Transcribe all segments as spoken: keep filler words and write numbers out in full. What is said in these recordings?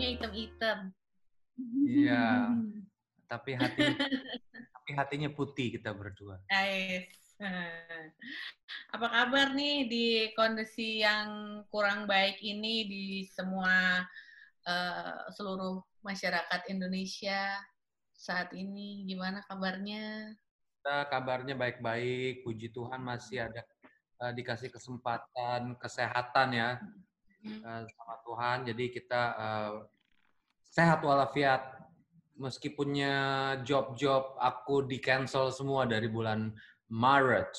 hitam-hitam. Iya, tapi hatinya tapi hatinya putih kita berdua. Ais. Apa kabar nih di kondisi yang kurang baik ini di semua uh, seluruh masyarakat Indonesia saat ini? Gimana kabarnya? Kita kabarnya baik-baik, puji Tuhan masih ada uh, dikasih kesempatan kesehatan ya uh, sama Tuhan. Jadi kita uh, sehat walafiat. Meskipunnya job-job aku di cancel semua dari bulan Maret.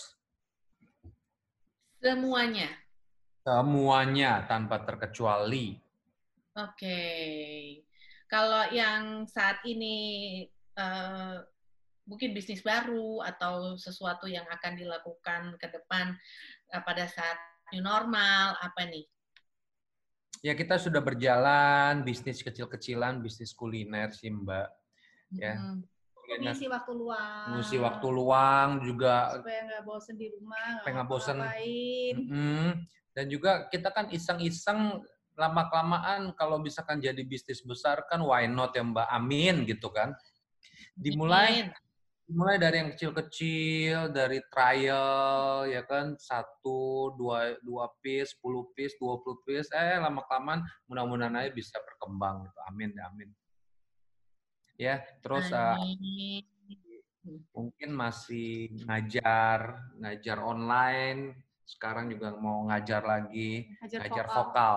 Semuanya? Semuanya tanpa terkecuali. Oke. Okay. Kalau yang saat ini uh, mungkin bisnis baru atau sesuatu yang akan dilakukan ke depan uh, pada saat new normal, apa nih? Ya kita sudah berjalan bisnis kecil-kecilan, bisnis kuliner sih Mbak. Ya. Hmm. Ngisi waktu luang. Ngisi waktu luang juga. Supaya nggak bosen di rumah, nggak bosen. Mm-hmm. Dan juga kita kan iseng-iseng lama-kelamaan kalau misalkan jadi bisnis besar kan why not ya Mbak, amin gitu kan. Dimulai amin. Mulai dari yang kecil-kecil, dari trial, ya kan, satu, dua, dua piece, sepuluh piece, dua puluh piece, eh lama-kelamaan mudah-mudahan aja bisa berkembang gitu, amin, amin. Ya, terus uh, mungkin masih ngajar, ngajar online, sekarang juga mau ngajar lagi, ngajar, ngajar vokal. vokal.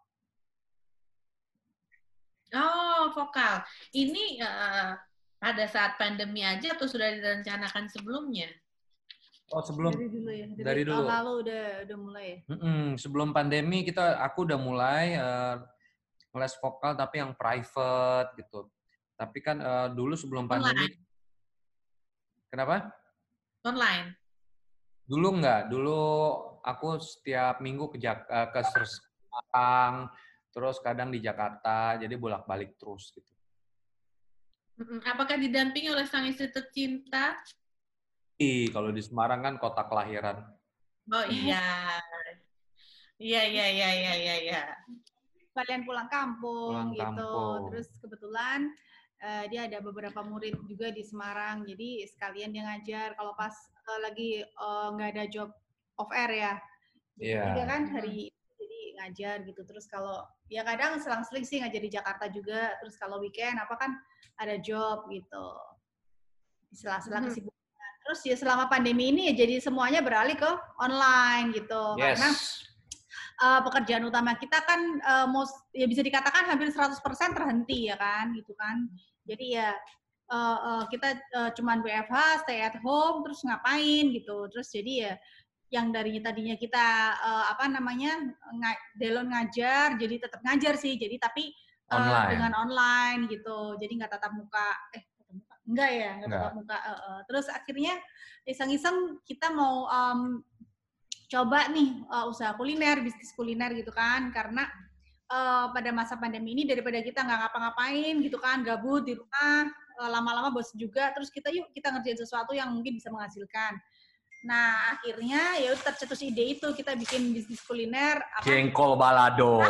Oh, vokal. Ini uh, pada saat pandemi aja atau sudah direncanakan sebelumnya? Oh, sebelum dari dulu ya. Dari, dari dulu. Tahun lalu udah udah mulai ya. Mm-mm, sebelum pandemi kita aku udah mulai uh, les vokal tapi yang private gitu. Tapi kan uh, dulu sebelum pandemi. Online. Kenapa? Online. Dulu enggak, dulu aku setiap minggu ke Jak uh, ke Semarang, terus kadang di Jakarta, jadi bolak-balik terus gitu. Apakah didampingi oleh sang istri tercinta? Ih, kalau di Semarang kan kota kelahiran. Oh iya. Iya, iya, iya, iya, iya, iya. Kalian pulang kampung pulang gitu. Kampung. Terus kebetulan uh, dia ada beberapa murid juga di Semarang. Jadi sekalian dia ngajar kalau pas uh, lagi nggak uh, ada job off air ya. Jadi yeah. kan hari jadi ngajar gitu. Terus kalau ya kadang selang-seling sih ngajar di Jakarta juga. Terus kalau weekend apa kan ada job gitu. Di sela-sela hmm. kesibukan. Terus ya selama pandemi ini ya jadi semuanya beralih ke online gitu. Yes. Karena uh, pekerjaan utama kita kan uh, most, ya bisa dikatakan hampir seratus persen terhenti ya kan gitu kan. Jadi ya uh, uh, kita uh, cuman W F H, stay at home, terus ngapain gitu. Terus jadi ya yang darinya tadinya kita uh, apa namanya ng- delon ngajar, jadi tetap ngajar sih. Jadi tapi uh, online. dengan online gitu. Jadi nggak tatap muka. Eh enggak ya, nggak tatap muka. Uh, uh. Terus akhirnya iseng-iseng kita mau um, coba nih uh, usaha kuliner, bisnis kuliner gitu kan, karena uh, pada masa pandemi ini daripada kita nggak ngapa-ngapain gitu kan, gabut di rumah, uh, lama-lama bosan juga, terus kita yuk kita ngerjain sesuatu yang mungkin bisa menghasilkan. Nah akhirnya ya tercetus ide itu, kita bikin bisnis kuliner. Apa? Jengkol balado.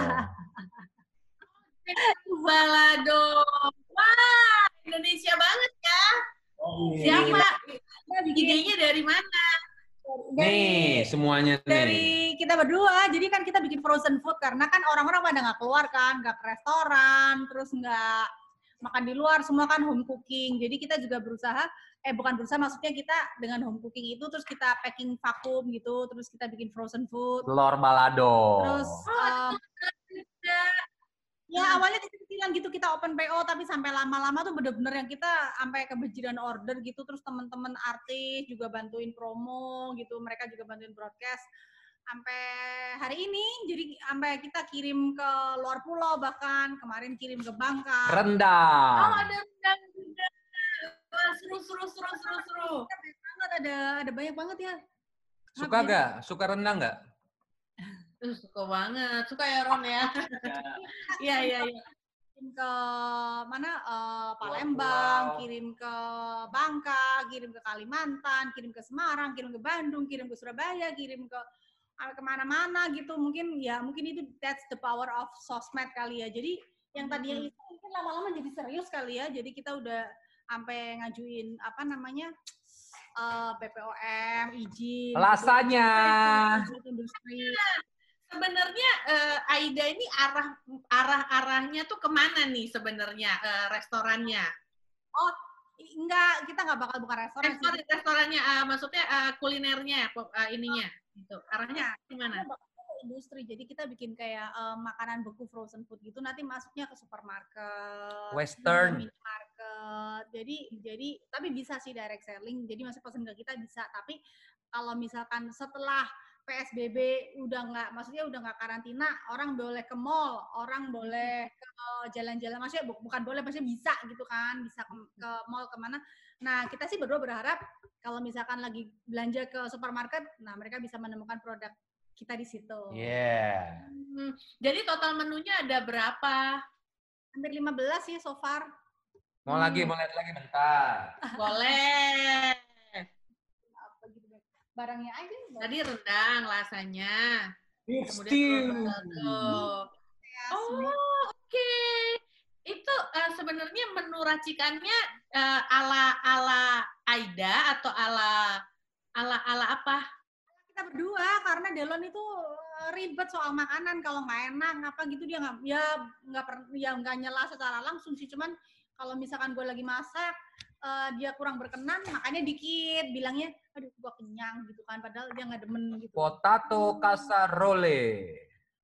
Jengkol balado. Wah, Indonesia banget ya. Oh, siapa? Idenya dari mana? Dari, nih semuanya nih. Dari kita berdua, jadi kan kita bikin frozen food karena kan orang-orang pada nggak keluar kan, nggak ke restoran, terus nggak makan di luar, semua kan home cooking. Jadi kita juga berusaha, eh bukan berusaha, maksudnya kita dengan home cooking itu terus kita packing vakum gitu, terus kita bikin frozen food. Telur balado. Terus um, ya awalnya kecil-kecilan gitu kita open P O, tapi sampai lama-lama tuh bener-bener yang kita sampai kebanjiran order gitu. Terus teman-teman artis juga bantuin promo gitu, mereka juga bantuin broadcast sampai hari ini. Jadi sampai kita kirim ke luar pulau, bahkan kemarin kirim ke Bangka. Rendang. Oh ada rendang juga. Seru seru seru seru seru. Ada ada banyak banget ya. Suka gak? Suka rendang gak? Uh, suka banget, suka ya Ron ya. Iya iya iya. Kirim ke mana? Uh, Palembang, wow. Kirim ke Bangka, kirim ke Kalimantan, kirim ke Semarang, kirim ke Bandung, kirim ke Surabaya, kirim ke kemana-mana gitu. Mungkin ya mungkin itu that's the power of sosmed kali ya. Jadi yang tadinya itu mungkin lama-lama jadi serius kali ya. Jadi kita udah sampai ngajuin apa namanya uh, B P O M, izin. Alasannya. Industri. Sebenarnya uh, Aida ini arah arah-arahnya tuh kemana nih sebenarnya uh, restorannya? Oh, enggak, kita nggak bakal buka restoran. Restoran, restorannya, uh, maksudnya uh, kulinernya, uh, ininya, gitu. Arahnya gimana? Industri, jadi kita bikin kayak uh, makanan beku frozen food gitu, nanti masuknya ke supermarket, western, minimarket, jadi jadi tapi bisa sih direct selling, jadi masih pesan ke kita bisa, tapi kalau misalkan setelah P S B B udah nggak, maksudnya udah nggak karantina, orang boleh ke mall, orang boleh ke jalan-jalan, maksudnya bukan boleh, maksudnya bisa gitu kan, bisa ke, ke mall kemana. Nah kita sih berdua berharap kalau misalkan lagi belanja ke supermarket, nah mereka bisa menemukan produk kita di situ. Iya. Yeah. Hmm, jadi total menunya ada berapa? Hampir lima belas sih so far. Mau hmm. lagi, mau lihat lagi bentar. Boleh. Barangnya aja. Tadi rendang rasanya. Kemudian oh, oh oke. Okay. Itu uh, sebenarnya menu racikannya uh, ala ala Aida atau ala ala ala apa? Kita berdua, karena Delon itu ribet soal makanan, kalau nggak enak apa gitu dia nggak, ya nggak per, ya nggak nyela secara langsung sih, cuman kalau misalkan gue lagi masak uh, dia kurang berkenan, makanya dikit, bilangnya aduh gue kenyang gitu kan, padahal dia nggak demen gitu. Potato casserole.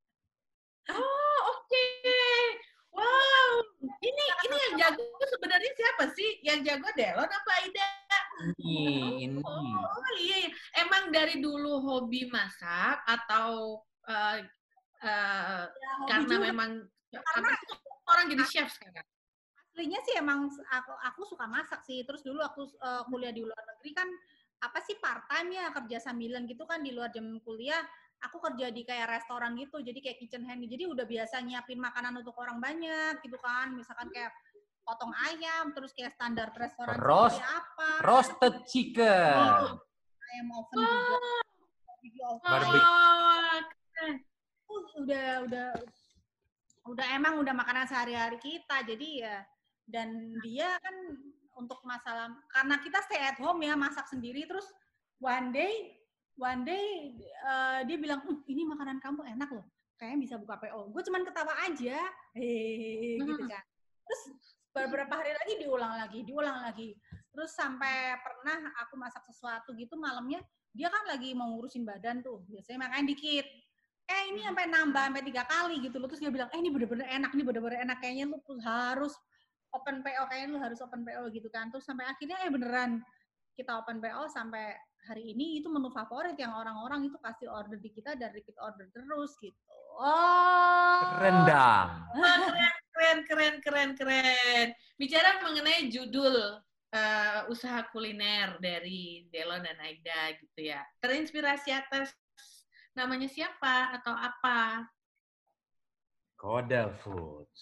Oh oke, okay. Wow, ini ini yang jago sebenarnya siapa sih? Yang jago Delon apa Aida? Ini, ini. Oh iya, emang dari dulu hobi masak atau uh, uh, ya, karena juga. memang Karena apa, orang jadi chef sekarang? Aslinya sih emang aku aku suka masak sih. Terus dulu aku uh, kuliah di luar negeri kan apa sih part time ya, kerja sambilan gitu kan di luar jam kuliah. Aku kerja di kayak restoran gitu, jadi kayak kitchen handy. Jadi udah biasa nyiapin makanan untuk orang banyak gitu kan. Misalkan kayak potong ayam, terus kayak standar restoran Roast, seperti apa. Roasted chicken. Oh, ayam oven oh. juga. Barbecue. Oh, udah, udah, udah emang udah makanan sehari-hari kita. Jadi ya, dan dia kan untuk masalah, karena kita stay at home ya, masak sendiri, terus one day, one day uh, dia bilang, hm, ini makanan kamu enak loh, kayaknya bisa buka P O. Gue cuman ketawa aja, hehehe, gitu kan. Terus beberapa hari lagi diulang lagi, diulang lagi. Terus sampai pernah aku masak sesuatu gitu malamnya, dia kan lagi mau ngurusin badan tuh, biasanya makan dikit. Eh ini sampai nambah sampai tiga kali gitu loh. Terus dia bilang, eh ini bener-bener enak, ini bener-bener enak. Kayaknya lu harus open P O, kayaknya lu harus open P O gitu kan. Terus sampai akhirnya eh beneran kita open P O sampai hari ini itu menu favorit yang orang-orang itu pasti order di kita dan repeat order terus gitu. Oh. Rendang. Oh, keren, keren, keren, keren, keren. Bicara mengenai judul uh, usaha kuliner dari Delon dan Aida gitu ya. Terinspirasi atas namanya siapa atau apa? Kodel Foods.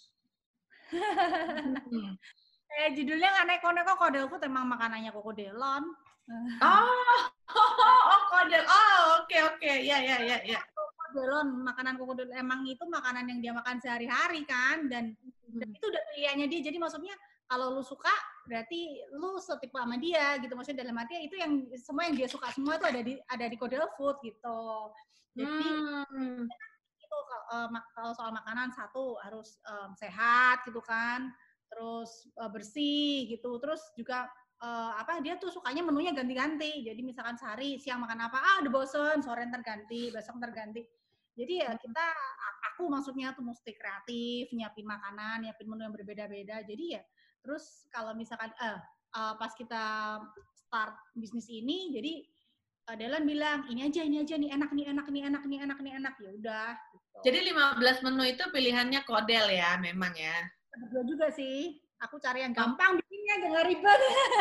hmm. Eh judulnya nggak neko-neko, Kodel Food emang makanannya Koko Delon. Oh, oh, oh Kodel. Oh, oke okay, oke. Okay. Ya ya ya ya. Delon, makanan Koko Delon emang itu makanan yang dia makan sehari-hari kan, dan, hmm. dan itu udah pilihannya dia. Jadi maksudnya kalau lu suka berarti lu setipe sama dia gitu. Maksudnya dalam artinya itu yang semua yang dia suka semua itu ada di ada di Kodel Food gitu. Jadi hmm. itu kalau soal makanan satu harus um, sehat gitu kan, terus uh, bersih gitu, terus juga uh, apa dia tuh sukanya menunya ganti-ganti. Jadi misalkan sehari siang makan apa, ah udah bosen, sore ntar ganti, besok ntar ganti. Jadi ya kita, aku maksudnya tuh mesti kreatif, nyiapin makanan, nyiapin menu yang berbeda-beda. Jadi ya, terus kalau misalkan uh, uh, pas kita start bisnis ini, jadi uh, Delon bilang ini aja, ini aja, nih enak, nih enak, nih enak, nih enak, nih enak, ya udah. Gitu. Jadi lima belas menu itu pilihannya Kodel ya, memang ya. Berdua juga sih. Aku cari yang gampang bikinnya, jangan ribet.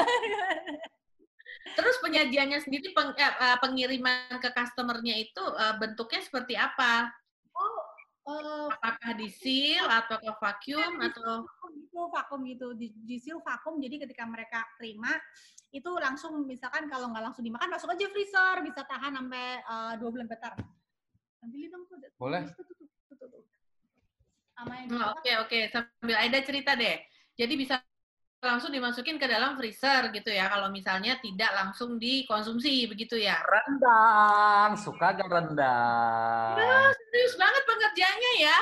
Terus penyajiannya sendiri, peng, eh, pengiriman ke customer-nya itu uh, bentuknya seperti apa? Oh, uh, apakah di seal atau ke vacuum ya, atau gitu, vakum gitu, di, di seal vakum. Jadi ketika mereka terima itu langsung, misalkan kalau nggak langsung dimakan masuk aja freezer, bisa tahan sampai uh, dua bulan. Bentar. Ambilin dong tuh. Boleh. Tuh, tuh, tuh, tuh, tuh. sama yang Oke, oke. Okay, okay. Sambil Aida cerita deh. Jadi bisa langsung dimasukin ke dalam freezer gitu ya, kalau misalnya tidak langsung dikonsumsi, begitu ya? Rendang, suka gak rendang? Ya, serius banget pengerjaannya ya.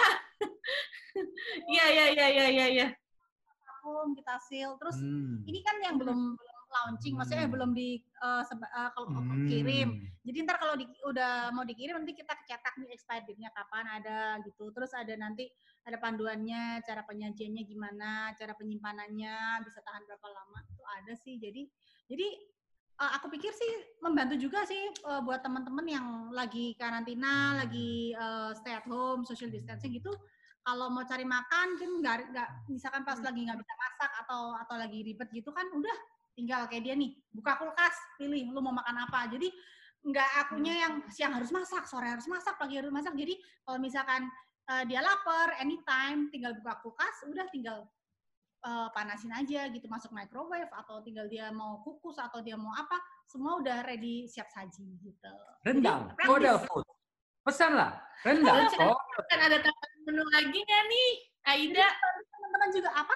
Iya, iya, iya, iya, iya. Ya. Vakum, kita seal. Terus hmm. ini kan yang belum belum launching, maksudnya hmm. belum di uh, seba, uh, kalau hmm. kirim. Jadi ntar kalau di, udah mau dikirim nanti kita cetak nih expired date-nya kapan ada gitu. Terus ada nanti ada panduannya, cara penyajiannya gimana, cara penyimpanannya bisa tahan berapa lama. Itu ada sih. Jadi jadi uh, aku pikir sih membantu juga sih uh, buat teman-teman yang lagi karantina, lagi uh, stay at home, social distancing gitu. Kalau mau cari makan kan nggak nggak misalkan pas lagi nggak bisa masak atau atau lagi ribet gitu kan udah tinggal kayak dia nih buka kulkas pilih lu mau makan apa. Jadi nggak akunya yang siang harus masak, sore harus masak, pagi harus masak. Jadi kalau misalkan uh, dia lapar anytime tinggal buka kulkas udah tinggal uh, panasin aja gitu, masuk microwave atau tinggal dia mau kukus atau dia mau apa semua udah ready siap saji gitu. Rendang, model food. Pesan lah, rendang. Oh, kan ada tambahan menu lagi nggak nih, Aida? Teman-teman juga apa?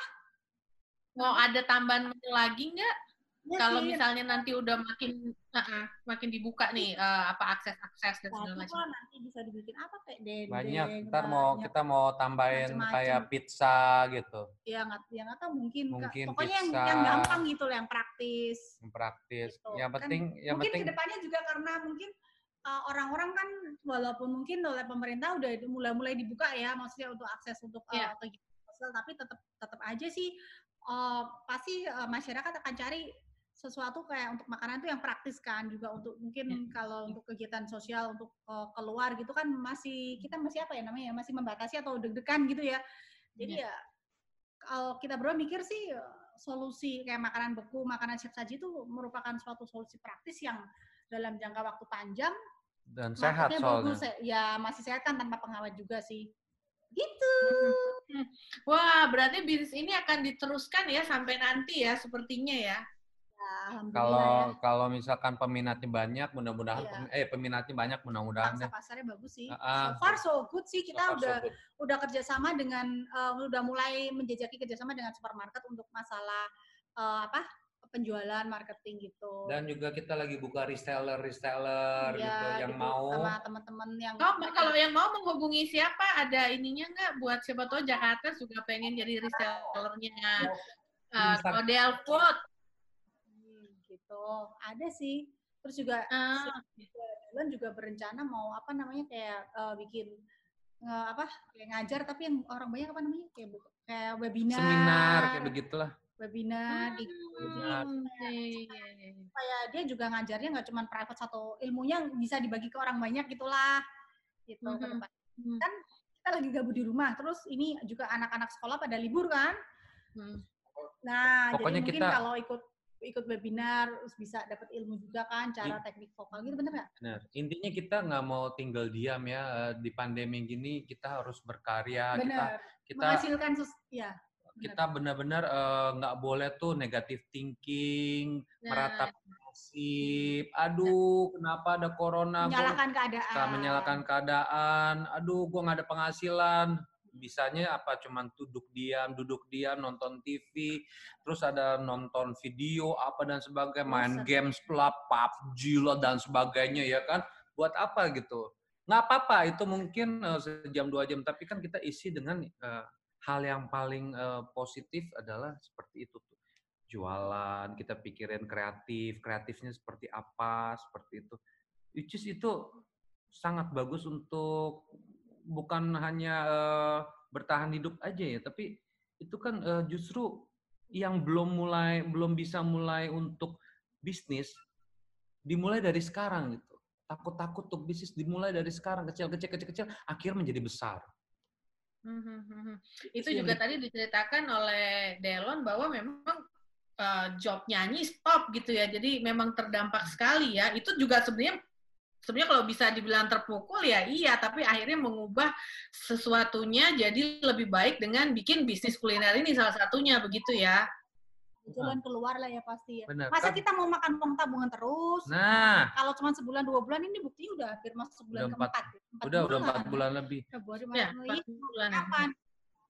Mau ada tambahan menu lagi nggak? Ya, kalau sih. Misalnya nanti udah makin uh, makin dibuka nih uh, apa akses-akses dan segala macam. Nanti bisa dibikin apa kayak dendeng. Banyak. Ntar mau banyak. Kita mau tambahin macem-macem. Kayak pizza gitu. Ya nggak, ya nggak tahu mungkin. Mungkin pokoknya pizza, yang, yang gampang gitu, yang praktis. Yang praktis. Gitu. Yang penting, kan, yang mungkin penting. Kedepannya juga karena mungkin uh, orang-orang kan walaupun mungkin oleh pemerintah udah mulai-mulai dibuka ya, maksudnya untuk akses untuk yeah. uh, kegiatan sosial, tapi tetap tetap aja sih uh, pasti uh, masyarakat akan cari sesuatu kayak untuk makanan itu yang praktis kan, juga untuk mungkin ya. Kalau untuk kegiatan sosial untuk uh, keluar gitu kan masih kita masih apa ya namanya masih membatasi atau deg-degan gitu ya. Jadi ya, ya kalau kita berdua mikir sih solusi kayak makanan beku, makanan siap saji itu merupakan suatu solusi praktis yang dalam jangka waktu panjang dan sehat soalnya. Bagus, ya masih sehat kan tanpa pengawet juga sih. Gitu. Wah, berarti bisnis ini akan diteruskan ya sampai nanti ya sepertinya ya. Kalau ya. Kalau misalkan peminatnya banyak, mudah-mudahan iya. pem, eh peminatnya banyak, mudah-mudahan deh. Pasarnya bagus sih. Uh, so far so good sih, kita so udah so udah kerjasama dengan uh, udah mulai menjajaki kerjasama dengan supermarket untuk masalah uh, apa penjualan marketing gitu. Dan juga kita lagi buka reseller reseller iya, gitu yang gitu, mau. Sama teman-teman yang. Oh, kalau yang mau menghubungi siapa? Ada ininya nggak? Buat siapa tahu Jakarta juga pengen jadi resellernya uh, Model Food. Gitu ada sih, terus juga uh. bulan juga berencana mau apa namanya kayak uh, bikin uh, apa kayak ngajar tapi yang orang banyak apa namanya kayak kayak webinar seminar kayak begitulah webinar hmm. gitu supaya dia juga ngajarnya nggak cuma private satu ilmunya bisa dibagi ke orang banyak gitulah gitu mm-hmm. ke depan mm-hmm. Kan kita lagi gabut di rumah terus ini juga anak-anak sekolah pada libur kan mm. Nah pokoknya jadi mungkin kita... kalau ikut ikut webinar terus bisa dapat ilmu juga kan cara teknik vokal gitu bener nggak? Benar. Intinya kita nggak mau tinggal diam ya di pandemi gini kita harus berkarya. Bener. Kita kita menghasilkan sus ya. Bener. Kita benar-benar nggak uh, boleh tuh negative thinking, nah. meratap nasib. Aduh, kenapa ada corona? Menyalahkan gua, keadaan. Menyalahkan keadaan. Aduh, gua nggak ada penghasilan. Bisanya apa cuman duduk diam, duduk diam, nonton T V, terus ada nonton video apa dan sebagainya, main Masa games lah, P U B G lah dan sebagainya ya kan. Buat apa gitu? Nggak apa-apa, itu mungkin uh, sejam dua jam, tapi kan kita isi dengan uh, hal yang paling uh, positif adalah seperti itu tuh. Jualan, kita pikirin kreatif, kreatifnya seperti apa, seperti itu. Which is itu sangat bagus untuk bukan hanya uh, bertahan hidup aja ya, tapi itu kan uh, justru yang belum mulai, belum bisa mulai untuk bisnis, dimulai dari sekarang gitu. Takut-takut untuk bisnis dimulai dari sekarang, kecil-kecil, kecil-kecil, akhirnya menjadi besar. Hmm, itu juga di... tadi diceritakan oleh Delon bahwa memang uh, job nyanyi stop gitu ya, jadi memang terdampak sekali ya. Itu juga sebenarnya Sebenarnya kalau bisa dibilang terpukul ya iya, tapi akhirnya mengubah sesuatunya jadi lebih baik dengan bikin bisnis kuliner ini salah satunya, begitu ya. Jalan keluar lah ya pasti ya. Bener, Masa kan? Kita mau makan uang tabungan terus? Nah. Kalau cuma sebulan dua bulan ini buktinya udah hampir masuk bulan udah keempat. Empat udah, bulan. udah empat bulan lebih. Februari, ya, empat bulan. Kapan?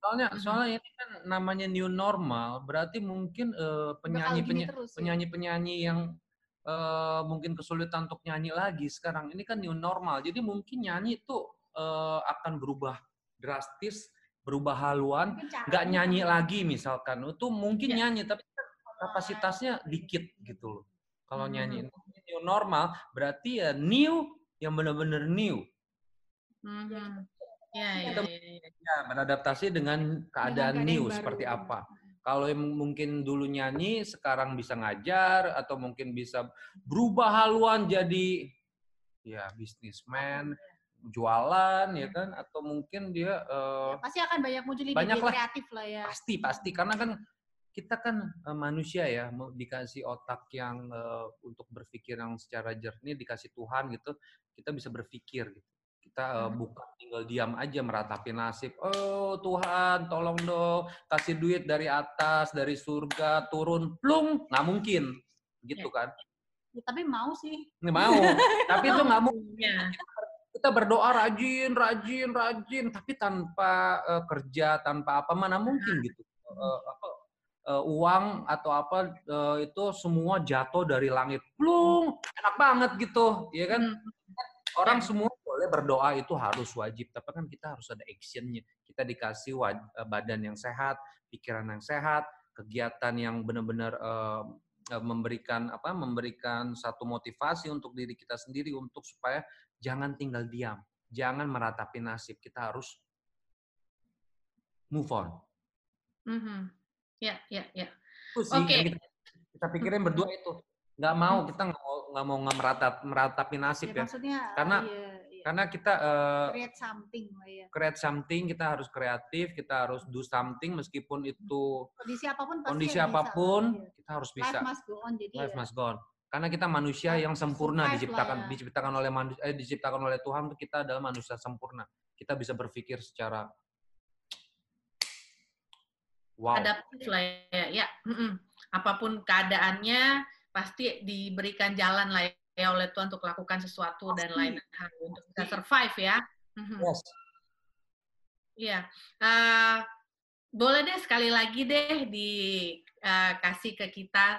Soalnya, soalnya ini kan namanya new normal, berarti mungkin uh, penyanyi penyanyi, terus, penyanyi penyanyi yang uh, mungkin kesulitan untuk nyanyi lagi sekarang ini kan new normal, jadi mungkin nyanyi itu uh, akan berubah drastis, berubah haluan, nggak nyanyi kan lagi misalkan, itu mungkin ya. Nyanyi tapi kapasitasnya dikit gitu loh. Kalau hmm. nyanyi new normal, berarti ya new yang benar-benar new. Hmm. Ya, kita ya, ya, ya, beradaptasi dengan keadaan dengan new seperti apa. Kalau yang mungkin dulu nyanyi, sekarang bisa ngajar atau mungkin bisa berubah haluan jadi ya bisnismen, jualan ya kan, atau mungkin dia uh, ya, pasti akan banyak muncul ide kreatif lah ya. Pasti pasti karena kan kita kan uh, manusia ya, dikasih otak yang uh, untuk berpikir yang secara jernih, dikasih Tuhan gitu, kita bisa berpikir gitu. Kita uh, bukan tinggal diam aja meratapi nasib. Oh Tuhan, tolong dong, kasih duit dari atas, dari surga, turun, plung, nggak mungkin, gitu kan? Ya, tapi mau sih. Nggak mau, tapi itu nggak mungkin. Kita berdoa rajin, rajin, rajin, tapi tanpa uh, kerja, tanpa apa, mana mungkin gitu. Uh, apa, uh, uang atau apa uh, itu semua jatuh dari langit, plung, enak banget gitu, ya kan? Hmm. Orang ya. Semua boleh berdoa itu harus wajib, tapi kan kita harus ada actionnya. Kita dikasih waj- badan yang sehat, pikiran yang sehat, kegiatan yang benar-benar uh, memberikan apa? Memberikan satu motivasi untuk diri kita sendiri untuk supaya jangan tinggal diam, jangan meratapi nasib. Kita harus move on. Mm-hmm. Ya, ya, ya. Itu sih okay. yang kita, kita pikirin berdua itu. Nggak mau, kita nggak mau nggak mau nggak meratap, meratapi nasib ya. ya. Maksudnya, karena iya, iya. karena kita uh, create something lah ya. Create something, kita harus kreatif, kita harus do something meskipun itu kondisi apapun pasti kondisi bisa, apapun ya. Kita harus bisa. Life must go on jadi. Life ya. must go on. Karena kita manusia Life yang sempurna diciptakan ya. diciptakan oleh manusia eh, diciptakan oleh Tuhan, kita adalah manusia sempurna. Kita bisa berpikir secara wow. Adaptif lah ya. Ya, mm-mm. Apapun keadaannya pasti diberikan jalan lah ya oleh Tuhan untuk lakukan sesuatu dan lain hal untuk bisa survive ya. Mm-hmm. Yes. Iya. Uh, boleh deh sekali lagi deh dikasih uh, ke kita.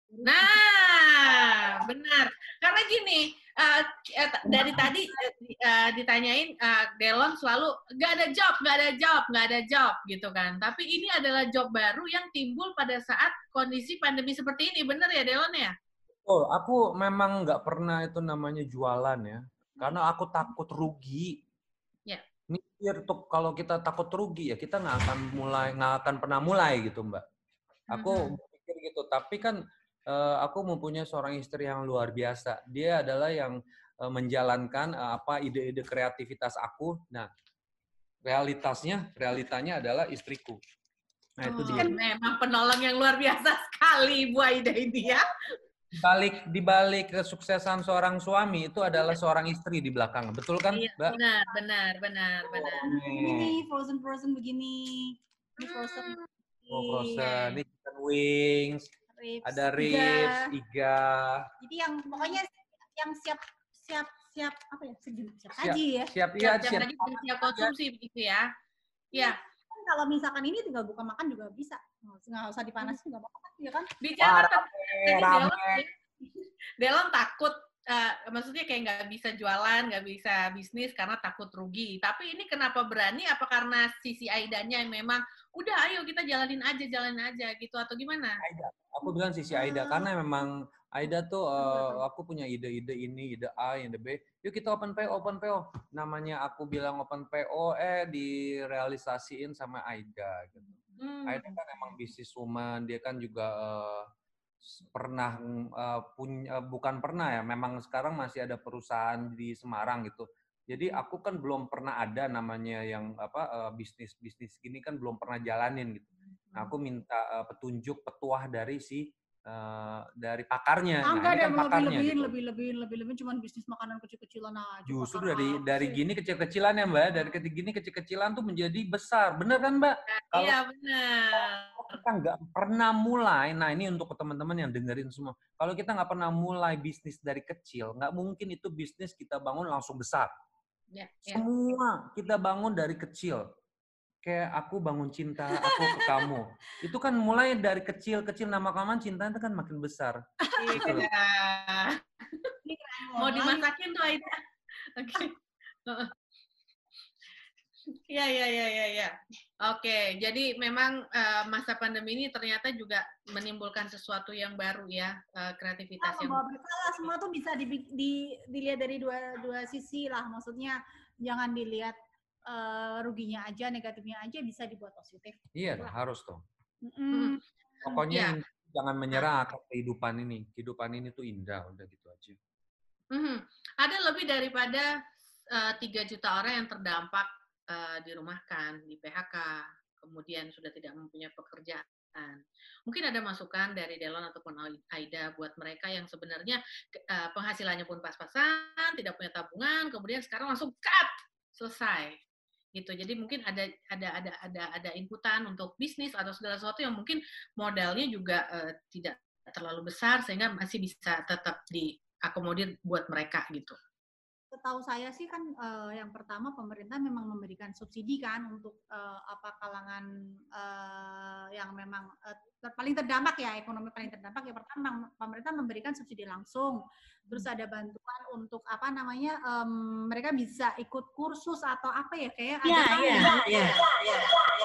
Nah, benar. Karena gini, uh, dari tadi uh, ditanyain uh, Delon selalu nggak ada job, nggak ada job, nggak ada job gitu kan. Tapi ini adalah job baru yang timbul pada saat kondisi pandemi seperti ini, benar ya Delon ya? Oh, aku memang nggak pernah itu namanya jualan ya, karena aku takut rugi. Ya. Mikir tuh kalau kita takut rugi ya kita nggak akan mulai, nggak akan pernah mulai gitu Mbak. Aku mm-hmm. pikir gitu, tapi kan Uh, aku mempunyai seorang istri yang luar biasa. Dia adalah yang uh, menjalankan uh, apa ide-ide kreativitas aku. Nah, realitasnya, realitanya adalah istriku. Nah, itu oh, dia. Memang penolong yang luar biasa sekali Bu Aida ini ya. Di balik di balik kesuksesan seorang suami itu adalah seorang istri di belakang. Betul kan, iya, Mbak? Benar, benar, benar, benar. Ini frozen-frozen begini. Ini frozen. Oh, frozen. Ini chicken wings. Ribs, ada ribs, iga. iga. Jadi yang pokoknya yang siap siap siap apa ya? Siap saji ya. Siap iya, siap, siap, siap, siap konsumsi begitu ya. Ya. Kan kalau misalkan ini tinggal buka makan juga bisa. Nggak usah dipanasin juga makan ya kan? Bicara tadi Delon, Delon takut uh, maksudnya kayak nggak bisa jualan, nggak bisa bisnis karena takut rugi. Tapi ini kenapa berani? Apa karena sisi Aidanya yang memang udah ayo kita jalanin aja, jalanin aja gitu atau gimana? Aida. Aku bilang sisi Aida karena memang Aida tuh uh, aku punya ide-ide ini, ide A, ide B. Yuk kita open P O, open P O. Namanya aku bilang open P O eh direalisasiin sama Aida gitu. Hmm. Aida kan emang businesswoman, dia kan juga uh, pernah uh, punya uh, bukan pernah ya, memang sekarang masih ada perusahaan di Semarang gitu. Jadi aku kan belum pernah ada namanya yang apa uh, bisnis-bisnis gini kan belum pernah jalanin gitu. Nah, aku minta uh, petunjuk petuah dari si uh, dari pakarnya. Ah, nah, ini kan pakarnya lebih, gitu. lebih lebih lebih lebih cuma bisnis makanan kecil-kecilan aja. Justru dari dari gini kecil-kecilan ya Mbak, dari gini kecil-kecilan tuh menjadi besar. Bener kan Mbak? Nah, iya benar. Kita nggak pernah mulai, nah ini untuk teman-teman yang dengerin semua. Kalau kita nggak pernah mulai bisnis dari kecil, nggak mungkin itu bisnis kita bangun langsung besar. Ya, ya. Semua kita bangun dari kecil. kayak aku bangun cinta, aku ke kamu. Itu kan mulai dari kecil-kecil nama-kelamaan cinta itu kan makin besar. Gitu loh. Mau dimasakin tuh Aida. Oke. Ya, ya, ya, ya, ya. Oke, jadi memang uh, masa pandemi ini ternyata juga menimbulkan sesuatu yang baru ya, uh, kreativitas ya, yang bersalah. Semua tuh bisa di, di, dilihat dari dua, dua sisi lah. Maksudnya jangan dilihat uh, ruginya aja, negatifnya aja, bisa dibuat positif. Iya, lah, harus tuh. Mm-hmm. Pokoknya ya. jangan menyerah akan kehidupan ini. Kehidupan ini tuh indah, udah gitu aja. Mm-hmm. Ada lebih daripada tiga uh, juta orang yang terdampak uh, dirumahkan, di P H K, kemudian sudah tidak mempunyai pekerjaan. Mungkin ada masukan dari Delon ataupun Aida buat mereka yang sebenarnya uh, penghasilannya pun pas-pasan, tidak punya tabungan, kemudian sekarang langsung cut, selesai. Gitu. Jadi mungkin ada ada ada ada ada inputan untuk bisnis atau segala sesuatu yang mungkin modalnya juga uh, tidak terlalu besar sehingga masih bisa tetap diakomodir buat mereka gitu. Setahu saya sih kan uh, yang pertama pemerintah memang memberikan subsidi kan untuk uh, apa kalangan uh, yang memang uh, ter paling terdampak ya, ekonomi paling terdampak ya. Pertama pemerintah memberikan subsidi langsung, terus ada bantuan untuk apa namanya um, mereka bisa ikut kursus atau apa ya kayak ya, ada ya, ya, ya.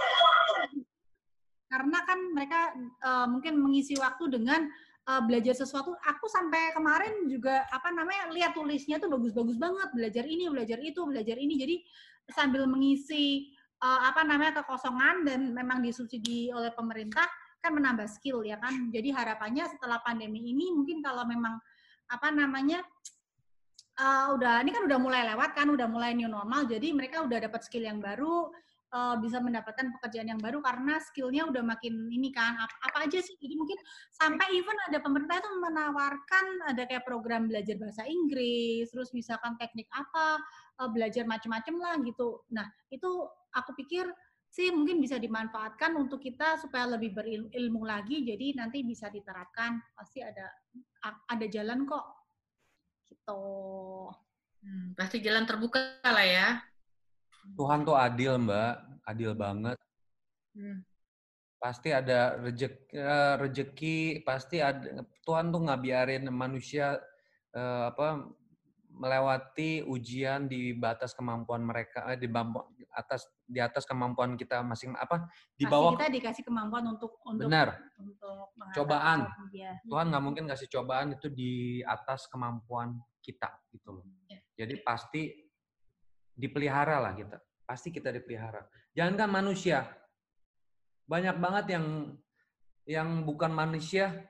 Karena kan mereka uh, mungkin mengisi waktu dengan Uh, belajar sesuatu. Aku sampai kemarin juga apa namanya lihat tulisnya tuh bagus-bagus banget, belajar ini, belajar itu, belajar ini. Jadi sambil mengisi uh, apa namanya kekosongan dan memang disubsidi oleh pemerintah kan menambah skill ya kan. Jadi harapannya setelah pandemi ini mungkin kalau memang apa namanya uh, udah ini kan udah mulai lewat kan, udah mulai new normal. Jadi mereka udah dapat skill yang baru. Uh, bisa mendapatkan pekerjaan yang baru karena skillnya udah makin ini kan apa, apa aja sih, jadi mungkin sampai even ada pemerintah itu menawarkan ada kayak program belajar bahasa Inggris, terus misalkan teknik apa uh, belajar macam-macam lah gitu. Nah itu aku pikir sih mungkin bisa dimanfaatkan untuk kita supaya lebih berilmu lagi, jadi nanti bisa diterapkan, pasti ada ada jalan kok gitu. Hmm, pasti jalan terbuka lah ya. Tuhan tuh adil, Mbak. Adil banget. Hmm. Pasti ada rezeki, rezeki, pasti ada. Tuhan tuh nggak biarin manusia uh, apa melewati ujian di batas kemampuan mereka, eh, di atas di atas kemampuan kita masing apa di bawah. Pasti kita dikasih kemampuan untuk untuk benar. Untuk cobaan. Dia. Tuhan nggak mungkin kasih cobaan itu di atas kemampuan kita gitu loh. Jadi pasti dipelihara lah kita. Pasti kita dipelihara. Jangankan manusia. Banyak banget yang yang bukan manusia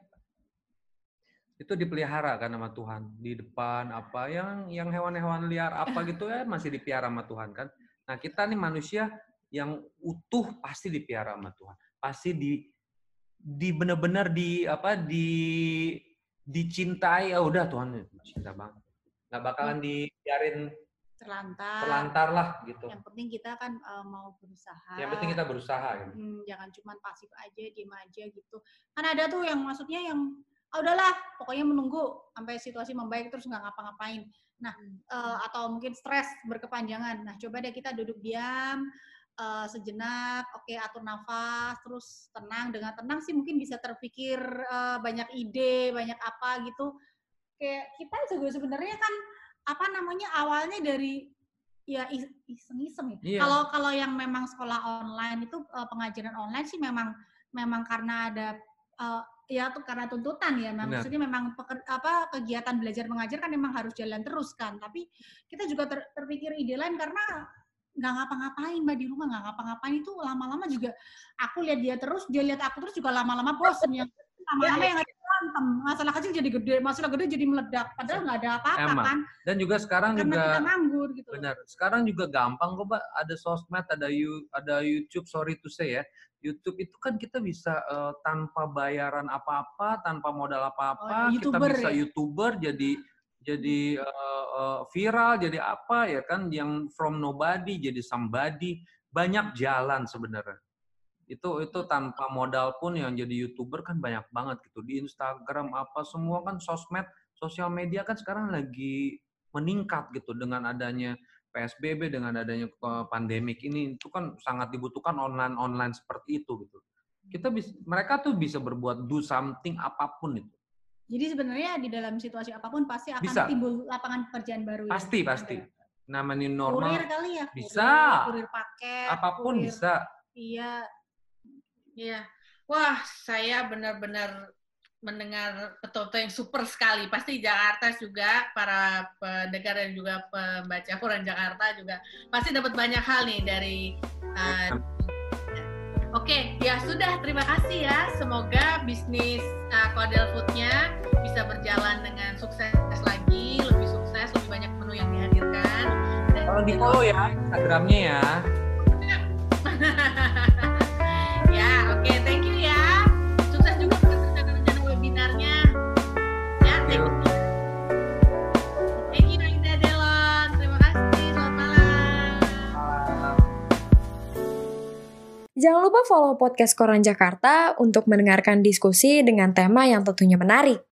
itu dipelihara kan sama Tuhan. Di depan apa yang yang hewan-hewan liar apa gitu ya masih dipelihara sama Tuhan kan. Nah, kita nih manusia yang utuh pasti dipelihara sama Tuhan. Pasti di di benar-benar di apa di dicintai. Oh, udah Tuhan cinta banget. Nggak bakalan dibiarin terlantar, terlantar lah gitu. Yang penting kita kan uh, mau berusaha. Yang penting kita berusaha. Gitu. Hmm, jangan cuma pasif aja, diem aja gitu. Kan ada tuh yang maksudnya yang oh, udahlah, pokoknya menunggu sampai situasi membaik terus nggak ngapa-ngapain. Nah, hmm. uh, atau mungkin stres berkepanjangan. Nah, coba deh kita duduk diam uh, sejenak, oke okay, atur nafas, terus tenang. Dengan tenang sih mungkin bisa terpikir uh, banyak ide, banyak apa gitu. Kayak kita juga sebenarnya kan apa namanya awalnya dari ya iseng-iseng ya. Kalau iya. kalau yang memang sekolah online itu uh, pengajaran online sih memang memang karena ada uh, ya tuh karena tuntutan ya. Memang maksudnya memang peker, apa kegiatan belajar mengajar kan memang harus jalan terus kan. Tapi kita juga ter, terpikir ide lain karena nggak ngapa-ngapain Mbak di rumah, nggak ngapa-ngapain itu lama-lama juga aku lihat dia terus, dia lihat aku terus juga lama-lama bosen ya. Lama-lama yang berantem, masalah kecil jadi gede, masalah gede jadi meledak, padahal nggak ada apa-apa kan. Dan juga sekarang karena juga kita nganggur gitu. Benar. Sekarang juga gampang kok, Mbak. Ada sosmed, ada you, ada YouTube, sorry to say ya. YouTube itu kan kita bisa uh, tanpa bayaran apa-apa, tanpa modal apa-apa, oh, kita bisa ya? YouTuber jadi jadi uh, uh, viral, jadi apa ya kan, yang from nobody jadi somebody. Banyak jalan sebenarnya. Itu itu tanpa modal pun yang jadi YouTuber kan banyak banget gitu. Di Instagram apa semua kan sosmed, sosial media kan sekarang lagi meningkat gitu dengan adanya P S B B dengan adanya pandemik ini itu kan sangat dibutuhkan online-online seperti itu gitu. Kita bisa, mereka tuh bisa berbuat do something apapun itu. Jadi sebenarnya di dalam situasi apapun pasti akan bisa. timbul lapangan pekerjaan baru. Pasti ya? pasti. Namanya new normal. Kurir kali ya. Bisa. Kurir, kurir paket. Apapun kurir, bisa. Iya. Iya. Wah, saya benar-benar mendengar foto-foto yang super sekali. Pasti Jakarta juga, para pendengar dan juga pembaca koran Jakarta juga pasti dapat banyak hal nih dari uh, Oke, ya sudah. Terima kasih ya. Semoga bisnis uh, Kodel Food-nya bisa berjalan dengan sukses lagi, lebih sukses, lebih banyak menu yang dihadirkan. Kalau di follow ya Instagramnya ya. Ya, oke, okay, thank you ya. Sukses juga buat rencana-rencana webinarnya. Ya, thank you. Thank you, Aida Delon. Terima kasih. Selamat malam. Jangan lupa follow podcast Koran Jakarta untuk mendengarkan diskusi dengan tema yang tentunya menarik.